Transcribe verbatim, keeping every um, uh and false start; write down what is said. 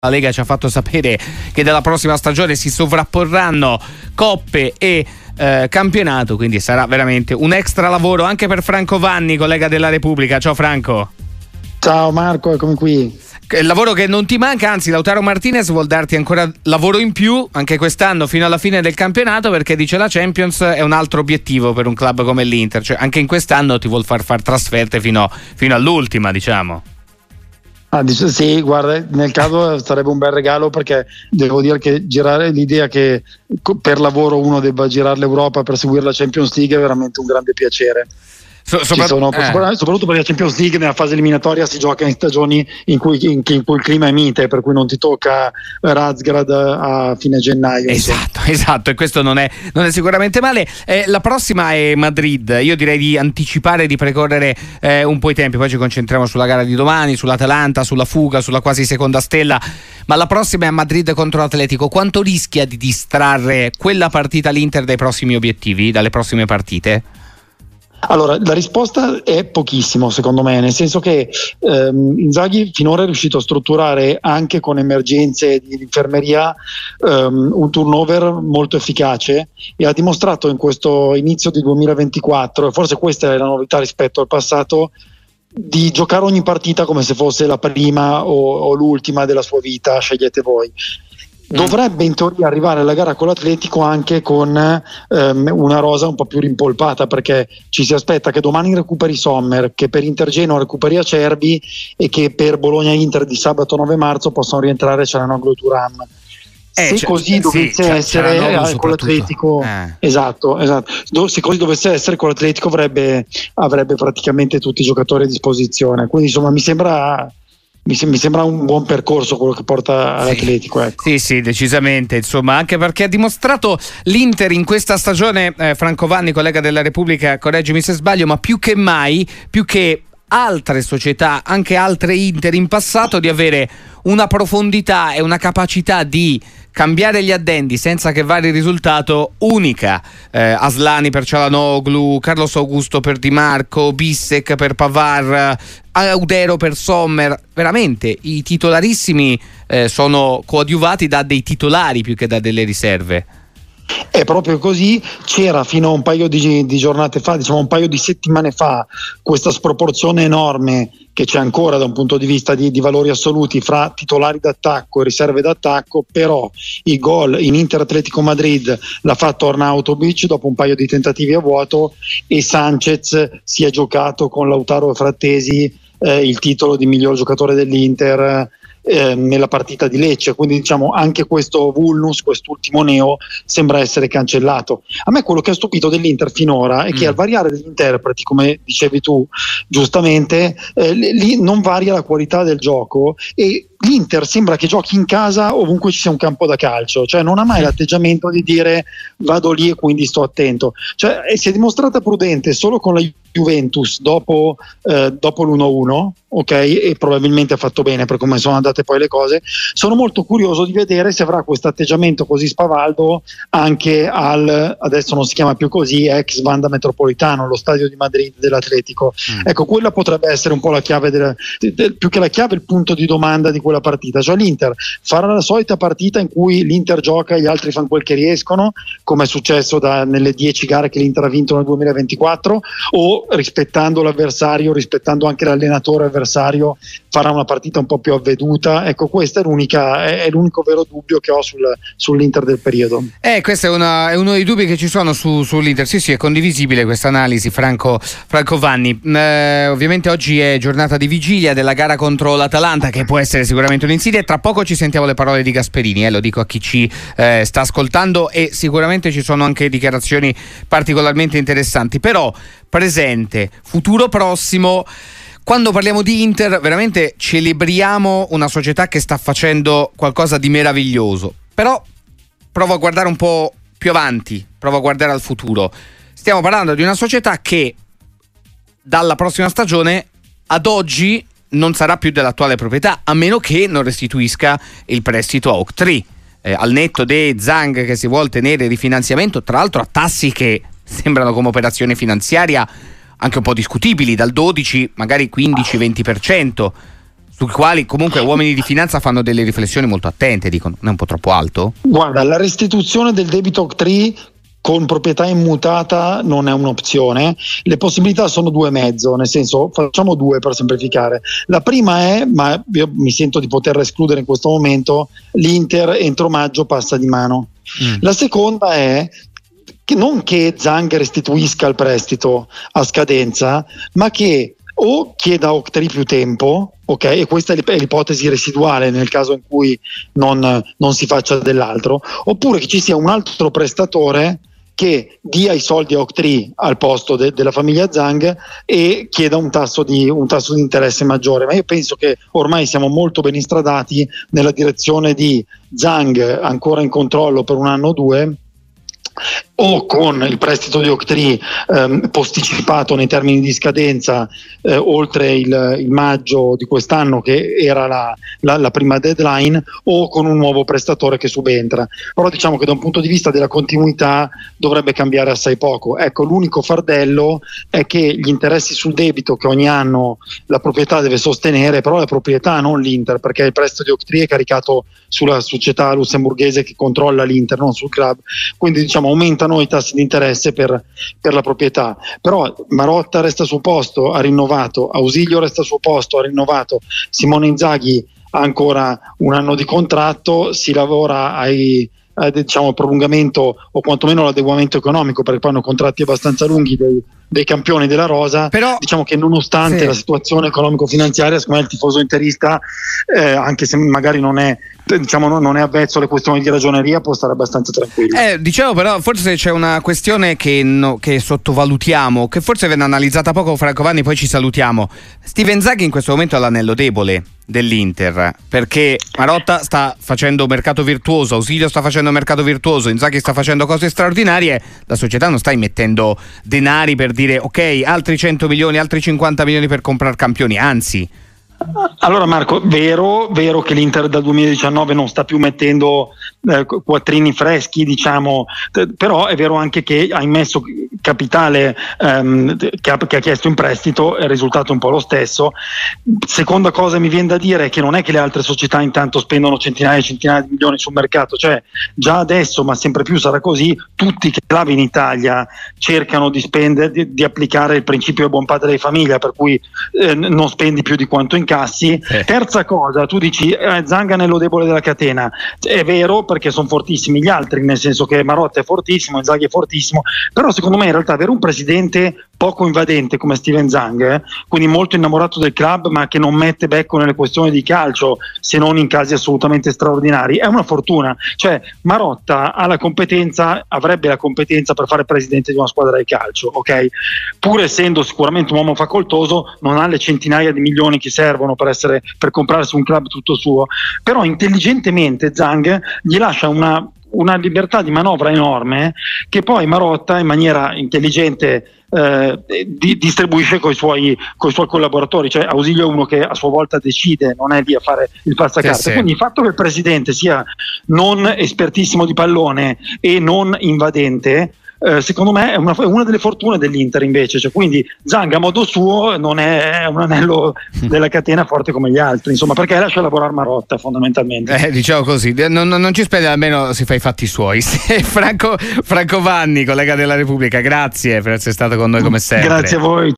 La Lega ci ha fatto sapere che dalla prossima stagione si sovrapporranno coppe e eh, campionato, quindi sarà veramente un extra lavoro anche per Franco Vanni, collega della Repubblica. Ciao Franco. Ciao Marco, eccomi qui. Il lavoro che non ti manca, anzi Lautaro Martinez vuol darti ancora lavoro in più anche quest'anno fino alla fine del campionato, perché dice la Champions è un altro obiettivo per un club come l'Inter, cioè anche in quest'anno ti vuol far far trasferte fino, fino all'ultima, diciamo. Ah, dice, sì, guarda, nel caso sarebbe un bel regalo, perché devo dire che girare l'idea che per lavoro uno debba girare l'Europa per seguire la Champions League è veramente un grande piacere. So, sopra- sono, eh. soprattutto perché la Champions League nella fase eliminatoria si gioca in stagioni in cui, in, in cui il clima è mite, per cui non ti tocca Razgrad a fine gennaio. Esatto, insomma. esatto, e questo non è, non è sicuramente male. Eh, la prossima è Madrid. Io direi di anticipare, di precorrere eh, un po' i tempi, poi ci concentriamo sulla gara di domani, sull'Atalanta, sulla fuga, sulla quasi seconda stella, ma la prossima è a Madrid contro l'Atletico. Quanto rischia di distrarre quella partita l'Inter dai prossimi obiettivi, dalle prossime partite? Allora, la risposta è pochissimo, secondo me, nel senso che ehm, Inzaghi finora è riuscito a strutturare anche con emergenze di infermeria ehm, un turnover molto efficace, e ha dimostrato in questo inizio di duemilaventiquattro, e forse questa è la novità rispetto al passato, di giocare ogni partita come se fosse la prima o, o l'ultima della sua vita, scegliete voi. Dovrebbe in teoria arrivare alla gara con l'Atletico anche con um, una rosa un po' più rimpolpata, perché ci si aspetta che domani recuperi Sommer, che per Inter-Genoa recuperi Acerbi, e che per Bologna-Inter di sabato nove marzo possano rientrare Çalhanoğlu e Thuram. Eh, se così dovesse sì, essere eh, con l'Atletico, eh. esatto, esatto. Se così dovesse essere con l'Atletico avrebbe, avrebbe praticamente tutti i giocatori a disposizione, quindi insomma mi sembra Mi, mi sembra un buon percorso quello che porta all'Atletico. Ecco. Sì, sì, decisamente, insomma, anche perché ha dimostrato l'Inter in questa stagione, eh, Franco Vanni, collega della Repubblica, correggimi se sbaglio, ma più che mai, più che altre società, anche altre Inter in passato, di avere una profondità e una capacità di cambiare gli addendi senza che vari il risultato unica. eh, Aslani per Çalhanoğlu, Carlos Augusto per Di Marco, Bissek per Pavard, Audero per Sommer. Veramente i titolarissimi eh, sono coadiuvati da dei titolari più che da delle riserve. È proprio così. C'era fino a un paio di, di giornate fa, diciamo un paio di settimane fa, questa sproporzione enorme che c'è ancora da un punto di vista di, di valori assoluti fra titolari d'attacco e riserve d'attacco, però il gol in Inter Atletico Madrid l'ha fatto Arnautovic dopo un paio di tentativi a vuoto, e Sanchez si è giocato con Lautaro e Frattesi eh, il titolo di miglior giocatore dell'Inter Eh, nella partita di Lecce, quindi diciamo anche questo vulnus, quest'ultimo neo sembra essere cancellato. A me quello che ha stupito dell'Inter finora è che mm. al variare degli interpreti, come dicevi tu giustamente, eh, lì non varia la qualità del gioco, e l'Inter sembra che giochi in casa ovunque ci sia un campo da calcio, cioè non ha mai l'atteggiamento di dire vado lì e quindi sto attento, cioè si è dimostrata prudente solo con la Juventus dopo, eh, dopo l'uno a uno, ok, e probabilmente ha fatto bene per come sono andate poi le cose. Sono molto curioso di vedere se avrà questo atteggiamento così spavaldo anche al, adesso non si chiama più così, ex Wanda Metropolitano, lo stadio di Madrid dell'Atletico. Mm. Ecco, quella potrebbe essere un po' la chiave del, del, più che la chiave, il punto di domanda di quella partita, cioè l'Inter farà la solita partita in cui l'Inter gioca e gli altri fanno quel che riescono, come è successo da, nelle dieci gare che l'Inter ha vinto nel duemilaventiquattro, o rispettando l'avversario, rispettando anche l'allenatore avversario, farà una partita un po' più avveduta. Ecco, questa è l'unica, è, è l'unico vero dubbio che ho sul, sull'Inter del periodo. Eh, questo è, una, è uno dei dubbi che ci sono su, sull'Inter. Sì, sì, è condivisibile questa analisi, Franco, Franco Vanni. Eh, ovviamente oggi è giornata di vigilia della gara contro l'Atalanta, che può essere sicuramente un'insidia, e tra poco ci sentiamo le parole di Gasperini, eh, lo dico a chi ci eh, sta ascoltando, e sicuramente ci sono anche dichiarazioni particolarmente interessanti. Però presente, futuro prossimo, quando parliamo di Inter veramente celebriamo una società che sta facendo qualcosa di meraviglioso, però provo a guardare un po' più avanti, provo a guardare al futuro. Stiamo parlando di una società che dalla prossima stagione ad oggi non sarà più dell'attuale proprietà, a meno che non restituisca il prestito a Octree, eh, al netto dei Zhang che si vuol tenere rifinanziamento, tra l'altro a tassi che sembrano come operazione finanziaria anche un po' discutibili, dal dodici magari quindici venti per cento. sui quali comunque uomini di finanza fanno delle riflessioni molto attente, dicono: non è un po' troppo alto? Guarda, la restituzione del debito Oaktree con proprietà immutata non è un'opzione. Le possibilità sono due e mezzo, nel senso, facciamo due per semplificare. La prima è, ma io mi sento di poterla escludere in questo momento, l'Inter entro maggio passa di mano. Mm. La seconda è che non che Zhang restituisca il prestito a scadenza, ma che o chieda a Oaktree più tempo, ok, e questa è l'ipotesi residuale nel caso in cui non, non si faccia dell'altro, oppure che ci sia un altro prestatore che dia i soldi a Oaktree al posto de- della famiglia Zhang e chieda un tasso, di, un tasso di interesse maggiore. Ma io penso che ormai siamo molto ben instradati nella direzione di Zhang ancora in controllo per un anno o due, o con il prestito di Oaktree ehm, posticipato nei termini di scadenza eh, oltre il, il maggio di quest'anno, che era la, la, la prima deadline, o con un nuovo prestatore che subentra. Però diciamo che da un punto di vista della continuità dovrebbe cambiare assai poco. Ecco, l'unico fardello è che gli interessi sul debito che ogni anno la proprietà deve sostenere, però la proprietà, non l'Inter, perché il prestito di Oaktree è caricato sulla società lussemburghese che controlla l'Inter, non sul club, quindi diciamo aumentano i tassi di interesse per, per la proprietà. Però Marotta resta al suo posto, ha rinnovato, Ausilio resta al suo posto, ha rinnovato, Simone Inzaghi ha ancora un anno di contratto, si lavora ai eh, diciamo prolungamento o quantomeno l'adeguamento economico, perché poi hanno contratti abbastanza lunghi dei, dei campioni della rosa. Però diciamo che nonostante sì. la situazione economico-finanziaria, secondo me il tifoso interista, eh, anche se magari non è diciamo non è avvezzo alle questioni di ragioneria, può stare abbastanza tranquillo. Eh, dicevo, però forse c'è una questione che, no, che sottovalutiamo, che forse viene analizzata poco. Franco Vanni, poi ci salutiamo. Steven Inzaghi in questo momento è l'anello debole dell'Inter, perché Marotta sta facendo mercato virtuoso, Ausilio sta facendo mercato virtuoso, Inzaghi sta facendo cose straordinarie, la società non sta immettendo denari per dire ok, altri cento milioni, altri cinquanta milioni per comprare campioni, anzi. Allora Marco, vero, vero che l'Inter dal duemiladiciannove non sta più mettendo eh, quattrini freschi, diciamo, t- però è vero anche che ha immesso capitale ehm, che, ha, che ha chiesto in prestito, il risultato è un po' lo stesso. Seconda cosa mi viene da dire è che non è che le altre società intanto spendono centinaia e centinaia di milioni sul mercato, cioè già adesso, ma sempre più sarà così, tutti i club in Italia cercano di spendere, di, di applicare il principio del buon padre di famiglia, per cui eh, non spendi più di quanto incassi. Eh. Terza cosa, tu dici eh, Zhang è lo debole della catena, è vero, perché sono fortissimi gli altri, nel senso che Marotta è fortissimo, Inzaghi è fortissimo, però secondo me in realtà avere un presidente poco invadente come Steven Zhang, eh, quindi molto innamorato del club ma che non mette becco nelle questioni di calcio se non in casi assolutamente straordinari, è una fortuna. Cioè Marotta ha la competenza, avrebbe la competenza per fare presidente di una squadra di calcio, ok? Pur essendo sicuramente un uomo facoltoso, non ha le centinaia di milioni che servono per essere per comprarsi un club tutto suo, però intelligentemente Zhang gli lascia una una libertà di manovra enorme che poi Marotta in maniera intelligente eh, di, distribuisce coi suoi, coi suoi collaboratori. Cioè Ausilio è uno che a sua volta decide, non è lì a fare il passacarte, sì, sì. Quindi il fatto che il presidente sia non espertissimo di pallone e non invadente, Eh, secondo me è una, è una delle fortune dell'Inter invece, cioè, quindi Zhang a modo suo non è un anello della catena forte come gli altri, insomma, perché lascia lavorare Marotta fondamentalmente. Eh, diciamo così, non, non ci spende, almeno si fa i fatti suoi. Franco, Franco Vanni, collega della Repubblica, grazie per essere stato con noi come sempre. Grazie a voi.